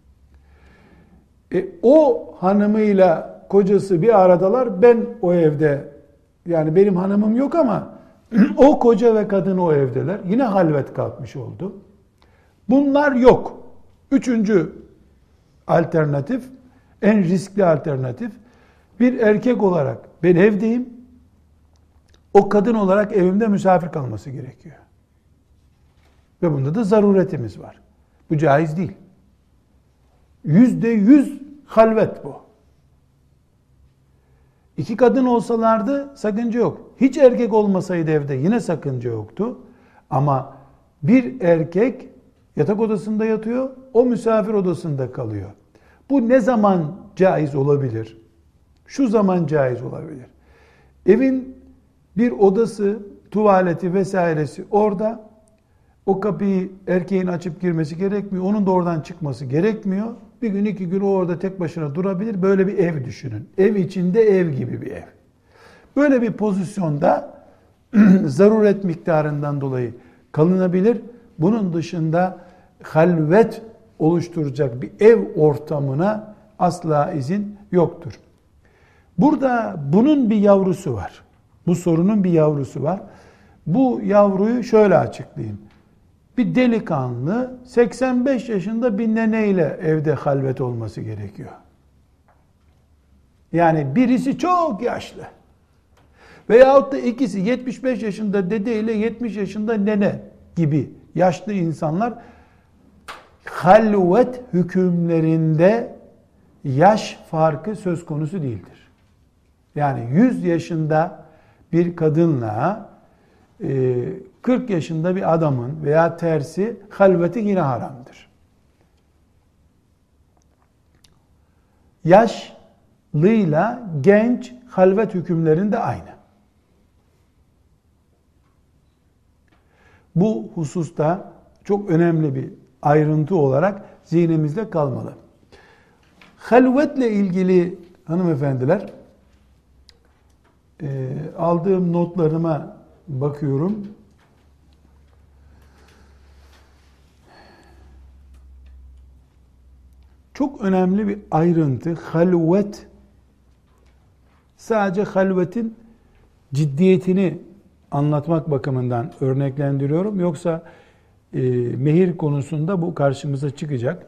O hanımıyla kocası bir aradalar. Ben o evde, yani benim hanımım yok ama o koca ve kadın o evdeler. Yine halvet kalkmış oldu. Bunlar yok. 3. alternatif, en riskli alternatif. Bir erkek olarak ben evdeyim. O kadın olarak evimde misafir kalması gerekiyor. Ve bunda da zaruretimiz var. Bu caiz değil. %100 halvet bu. 2 kadın olsalardı sakınca yok. Hiç erkek olmasaydı evde yine sakınca yoktu. Ama bir erkek yatak odasında yatıyor, o misafir odasında kalıyor. Bu ne zaman caiz olabilir? Şu zaman caiz olabilir. Evin bir odası, tuvaleti vesairesi orada. O kapıyı erkeğin açıp girmesi gerekmiyor. Onun da oradan çıkması gerekmiyor. Bir gün 2 gün o orada tek başına durabilir. Böyle bir ev düşünün. Ev içinde ev gibi bir ev. Böyle bir pozisyonda zaruret miktarından dolayı kalınabilir. Bunun dışında halvet oluşturacak bir ev ortamına asla izin yoktur. Burada bunun bir yavrusu var. Bu sorunun bir yavrusu var. Bu yavruyu şöyle açıklayayım. Bir delikanlı 85 yaşında bir neneyle evde halvet olması gerekiyor. Yani birisi çok yaşlı. Veyahut da ikisi 75 yaşında dede ile 70 yaşında nene gibi yaşlı insanlar halvet hükümlerinde yaş farkı söz konusu değildir. Yani 100 yaşında bir kadınla 40 yaşında bir adamın veya tersi halveti yine haramdır. Yaşlıyla genç halvet hükümlerinde aynı. Bu hususta çok önemli bir ayrıntı olarak zihnimizde kalmalı. Halvetle ilgili hanımefendiler, aldığım notlarıma bakıyorum. Çok önemli bir ayrıntı, halvet Sadece halvetin ciddiyetini anlatmak bakımından örneklendiriyorum. Yoksa mehir konusunda bu karşımıza çıkacak.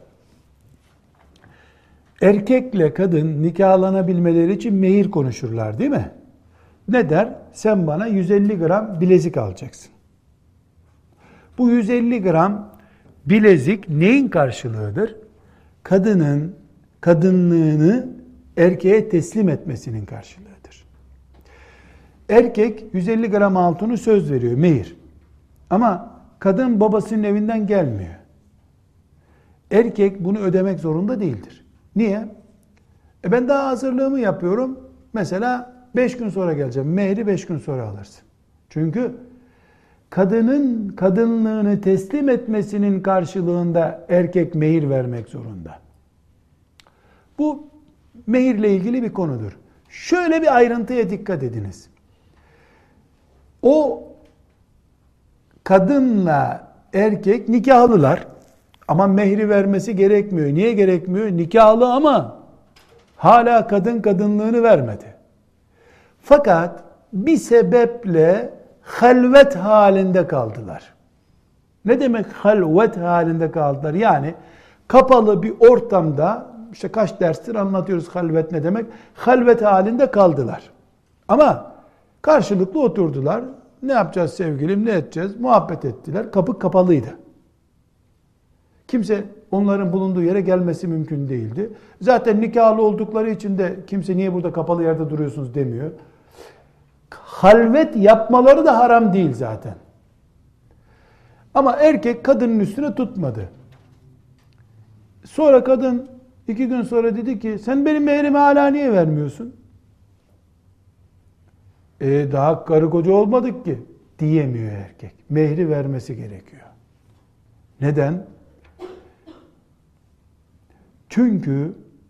Erkekle kadın nikahlanabilmeleri için mehir konuşurlar değil mi? Ne der? Sen bana 150 gram bilezik alacaksın. Bu 150 gram bilezik neyin karşılığıdır? Kadının kadınlığını erkeğe teslim etmesinin karşılığıdır. Erkek 150 gram altını söz veriyor, mehir. Ama kadın babasının evinden gelmiyor. Erkek bunu ödemek zorunda değildir. Niye? Ben daha hazırlığımı yapıyorum. Mesela 5 gün sonra geleceğim. Mehri 5 gün sonra alırsın. Çünkü kadının kadınlığını teslim etmesinin karşılığında erkek mehir vermek zorunda. Bu mehirle ilgili bir konudur. Şöyle bir ayrıntıya dikkat ediniz. O kadınla erkek nikahlılar ama mehri vermesi gerekmiyor. Niye gerekmiyor? Nikahlı ama hala kadın kadınlığını vermedi. Fakat bir sebeple halvet halinde kaldılar. Ne demek halvet halinde kaldılar? Yani kapalı bir ortamda, işte kaç derstir anlatıyoruz halvet ne demek? Halvet halinde kaldılar. Ama karşılıklı oturdular. Ne yapacağız sevgilim, ne edeceğiz? Muhabbet ettiler. Kapı kapalıydı. Kimse onların bulunduğu yere gelmesi mümkün değildi. Zaten nikahlı oldukları için de kimse niye burada kapalı yerde duruyorsunuz demiyor. Halvet yapmaları da haram değil zaten. Ama erkek kadının üstüne tutmadı. Sonra kadın 2 gün sonra dedi ki sen benim mehrimi hala niye vermiyorsun? Daha karı koca olmadık ki diyemiyor erkek. Mehri vermesi gerekiyor. Neden? Çünkü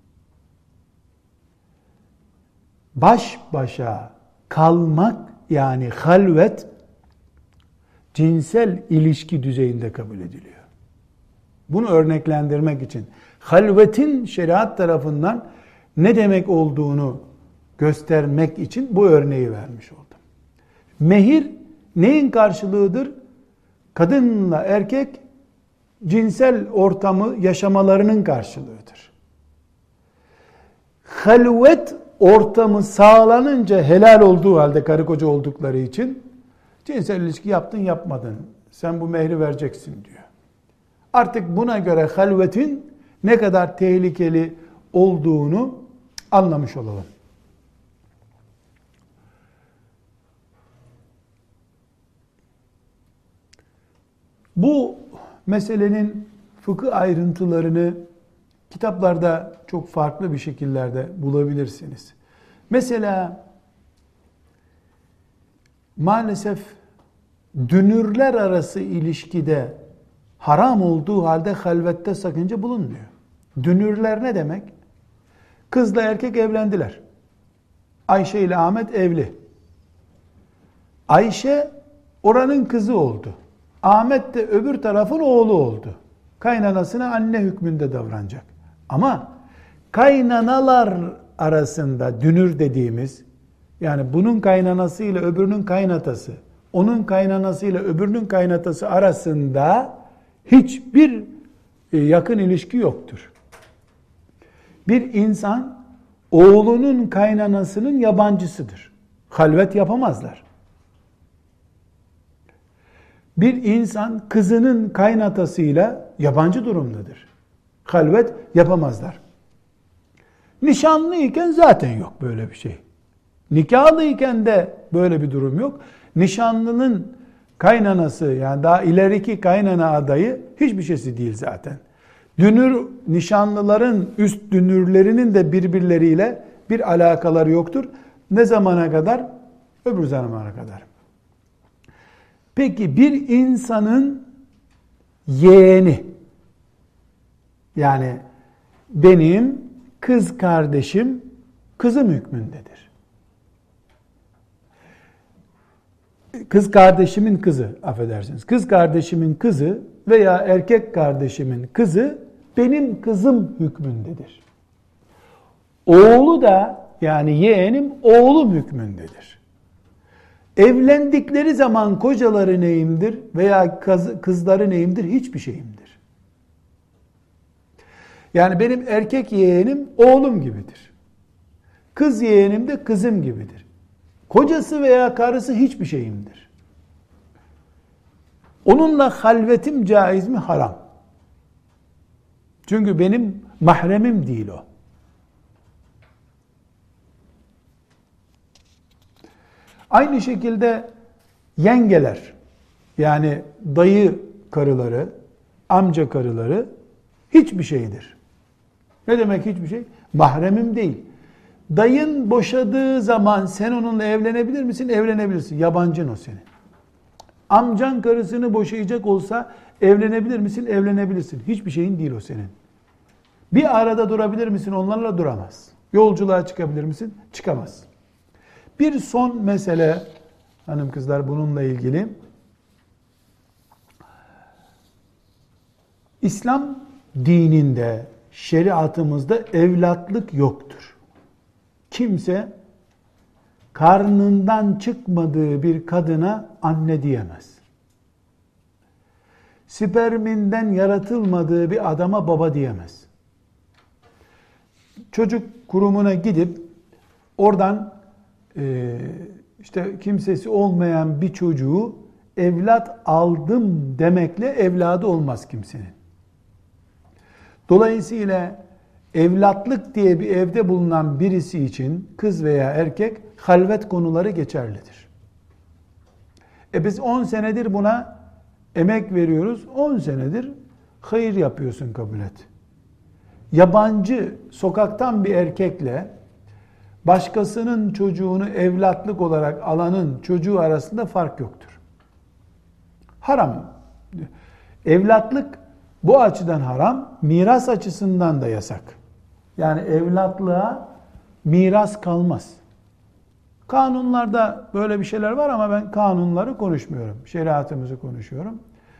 baş başa kalmak yani halvet cinsel ilişki düzeyinde kabul ediliyor. Bunu örneklendirmek için halvetin şeriat tarafından ne demek olduğunu göstermek için bu örneği vermiş oldum. Mehir neyin karşılığıdır? Kadınla erkek cinsel ortamı yaşamalarının karşılığıdır. Halvet ortamı sağlanınca helal olduğu halde karı koca oldukları için cinsel ilişki yaptın yapmadın. Sen bu mehri vereceksin diyor. Artık buna göre halvetin ne kadar tehlikeli olduğunu anlamış olalım. Bu meselenin fıkıh ayrıntılarını kitaplarda çok farklı bir şekillerde bulabilirsiniz. Mesela maalesef dünürler arası ilişkide haram olduğu halde halvette sakınca bulunmuyor. Dünürler ne demek? Kızla erkek evlendiler. Ayşe ile Ahmet evli. Ayşe oranın kızı oldu. Ahmet de öbür tarafın oğlu oldu. Kaynanasına anne hükmünde davranacak. Ama kaynanalar arasında dünür dediğimiz, yani bunun kaynanası ile öbürünün kaynatası, onun kaynanası ile öbürünün kaynatası arasında hiçbir yakın ilişki yoktur. Bir insan oğlunun kaynanasının yabancısıdır. Halvet yapamazlar. Bir insan kızının kaynatasıyla yabancı durumdadır. Halvet yapamazlar. Nişanlıyken zaten yok böyle bir şey. Nikahlıyken de böyle bir durum yok. Nişanlının kaynanası, yani daha ileriki kaynana adayı hiçbir şeysi değil zaten. Dünür, nişanlıların üst dünürlerinin de birbirleriyle bir alakaları yoktur. Ne zamana kadar? Öbür zamana kadar. Peki bir insanın yeğeni, yani benim kız kardeşim kızım hükmündedir. Kız kardeşimin kızı, affedersiniz. Kız kardeşimin kızı veya erkek kardeşimin kızı benim kızım hükmündedir. Oğlu da yani yeğenim oğlum hükmündedir. Evlendikleri zaman kocaları neyimdir veya kızları neyimdir? Hiçbir şeyimdir. Yani benim erkek yeğenim oğlum gibidir. Kız yeğenim de kızım gibidir. Kocası veya karısı hiçbir şeyimdir. Onunla halvetim caiz mi? Haram. Çünkü benim mahremim değil o. Aynı şekilde yengeler, yani dayı karıları, amca karıları hiçbir şeydir. Ne demek hiçbir şey? Mahremim değil. Dayın boşadığı zaman sen onunla evlenebilir misin? Evlenebilirsin. Yabancın o senin. Amcan karısını boşayacak olsa evlenebilir misin? Evlenebilirsin. Hiçbir şeyin değil o senin. Bir arada durabilir misin? Onlarla duramaz. Yolculuğa çıkabilir misin? Çıkamaz. Bir son mesele, hanım kızlar, bununla ilgili. İslam dininde, şeriatımızda evlatlık yoktur. Kimse karnından çıkmadığı bir kadına anne diyemez. Sperminden yaratılmadığı bir adama baba diyemez. Çocuk kurumuna gidip oradan işte kimsesi olmayan bir çocuğu evlat aldım demekle evladı olmaz kimsenin. Dolayısıyla evlatlık diye bir evde bulunan birisi için kız veya erkek halvet konuları geçerlidir. Biz 10 senedir buna emek veriyoruz. 10 senedir hayır yapıyorsun, kabul et. Yabancı sokaktan bir erkekle başkasının çocuğunu evlatlık olarak alanın çocuğu arasında fark yoktur. Haram. Evlatlık bu açıdan haram, miras açısından da yasak. Yani evlatlığa miras kalmaz. Kanunlarda böyle bir şeyler var ama ben kanunları konuşmuyorum. Şeriatımızı konuşuyorum.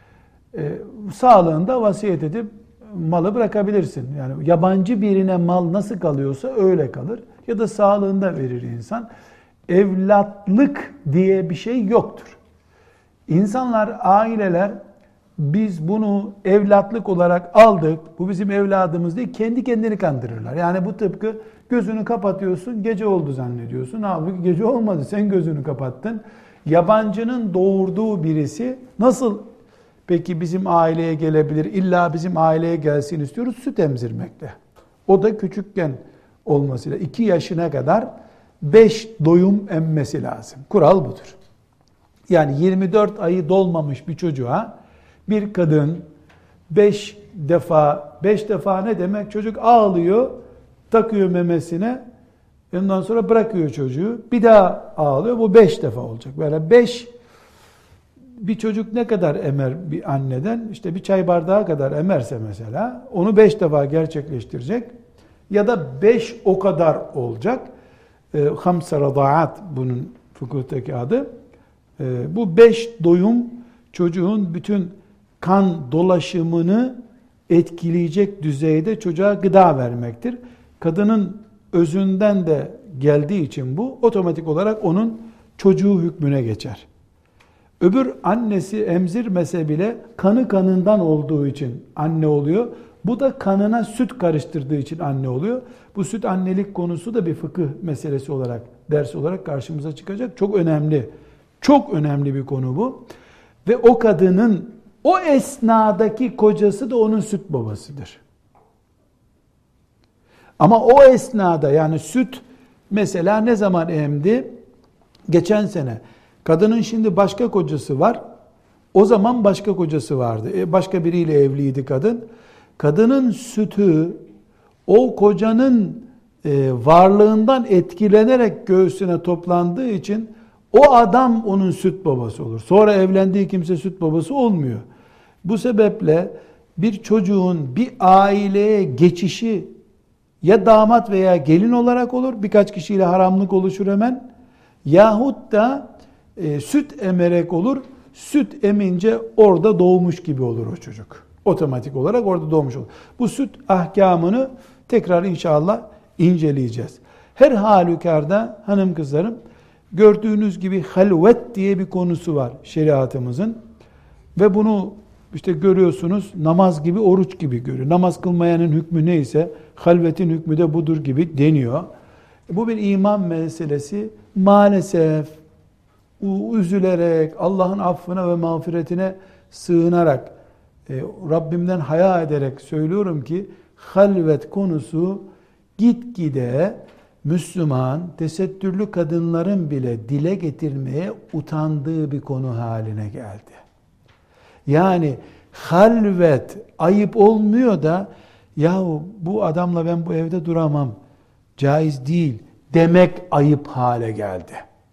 Sağlığında vasiyet edip malı bırakabilirsin. Yani yabancı birine mal nasıl kalıyorsa öyle kalır. Ya da sağlığında verir insan. Evlatlık diye bir şey yoktur. İnsanlar, aileler, biz bunu evlatlık olarak aldık, bu bizim evladımız diye kendi kendini kandırırlar. Yani bu tıpkı gözünü kapatıyorsun, gece oldu zannediyorsun. Halbuki gece olmadı, sen gözünü kapattın. Yabancının doğurduğu birisi nasıl peki bizim aileye gelebilir? İlla bizim aileye gelsin istiyoruz, süt emzirmekle. O da küçükken olmasıyla 2 yaşına kadar 5 doyum emmesi lazım. Kural budur. Yani 24 ayı dolmamış bir çocuğa bir kadın 5 defa ne demek? Çocuk ağlıyor, takıyor memesine, ondan sonra bırakıyor çocuğu. Bir daha ağlıyor, bu 5 defa olacak. Böyle 5, bir çocuk ne kadar emer bir anneden? İşte bir çay bardağı kadar emerse mesela, onu 5 defa gerçekleştirecek. Ya da 5 o kadar olacak. Hamsa radaat bunun fıkıhtaki adı. Bu 5 doyum çocuğun bütün kan dolaşımını etkileyecek düzeyde çocuğa gıda vermektir. Kadının özünden de geldiği için bu otomatik olarak onun çocuğu hükmüne geçer. Öbür annesi emzirmese bile kanı kanından olduğu için anne oluyor. Bu da kanına süt karıştırdığı için anne oluyor. Bu süt annelik konusu da bir fıkıh meselesi olarak, ders olarak karşımıza çıkacak. Çok önemli, çok önemli bir konu bu. Ve o kadının o esnadaki kocası da onun süt babasıdır. Ama o esnada, yani süt mesela ne zaman emdi? Geçen sene. Kadının şimdi başka kocası var. O zaman başka kocası vardı. Başka biriyle evliydi kadın. Kadının sütü o kocanın varlığından etkilenerek göğsüne toplandığı için o adam onun süt babası olur. Sonra evlendiği kimse süt babası olmuyor. Bu sebeple bir çocuğun bir aileye geçişi ya damat veya gelin olarak olur, birkaç kişiyle haramlık oluşur hemen, yahut da süt emerek olur, süt emince orada doğmuş gibi olur o çocuk. Otomatik olarak orada doğmuş olur. Bu süt ahkamını tekrar inşallah inceleyeceğiz. Her halükarda hanım kızlarım, gördüğünüz gibi halvet diye bir konusu var şeriatımızın. Ve bunu işte görüyorsunuz, namaz gibi, oruç gibi görüyor. Namaz kılmayanın hükmü neyse halvetin hükmü de budur gibi deniyor. Bu bir iman meselesi. Maalesef üzülerek, Allah'ın affına ve mağfiretine sığınarak, Rabbimden haya ederek söylüyorum ki halvet konusu gitgide Müslüman, tesettürlü kadınların bile dile getirmeye utandığı bir konu haline geldi. Yani halvet ayıp olmuyor da yahu bu adamla ben bu evde duramam, caiz değil demek ayıp hale geldi.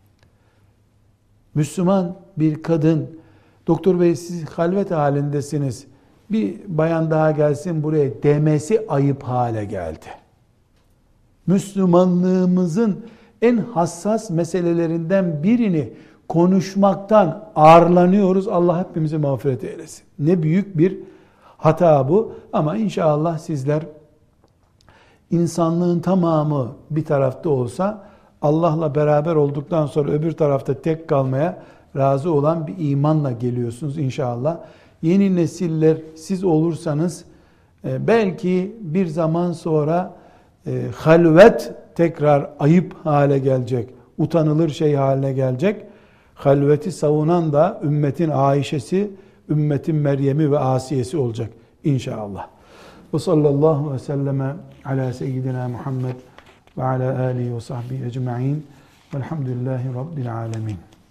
Müslüman bir kadın, doktor bey siz halvet halindesiniz, bir bayan daha gelsin buraya demesi ayıp hale geldi. Müslümanlığımızın en hassas meselelerinden birini konuşmaktan ağırlanıyoruz. Allah hepimizi mağfiret eylesin. Ne büyük bir hata bu. Ama inşallah sizler insanlığın tamamı bir tarafta olsa Allah'la beraber olduktan sonra öbür tarafta tek kalmaya razı olan bir imanla geliyorsunuz inşallah. Yeni nesiller siz olursanız belki bir zaman sonra halvet tekrar ayıp hale gelecek, utanılır şey haline gelecek. Halveti savunan da ümmetin Ayşe'si, ümmetin Meryem'i ve Asiye'si olacak inşallah. Ve sallallahu ve selleme ala seyyidina Muhammed ve ala alihi ve sahbihi ecma'in velhamdülillahi rabbil alemin.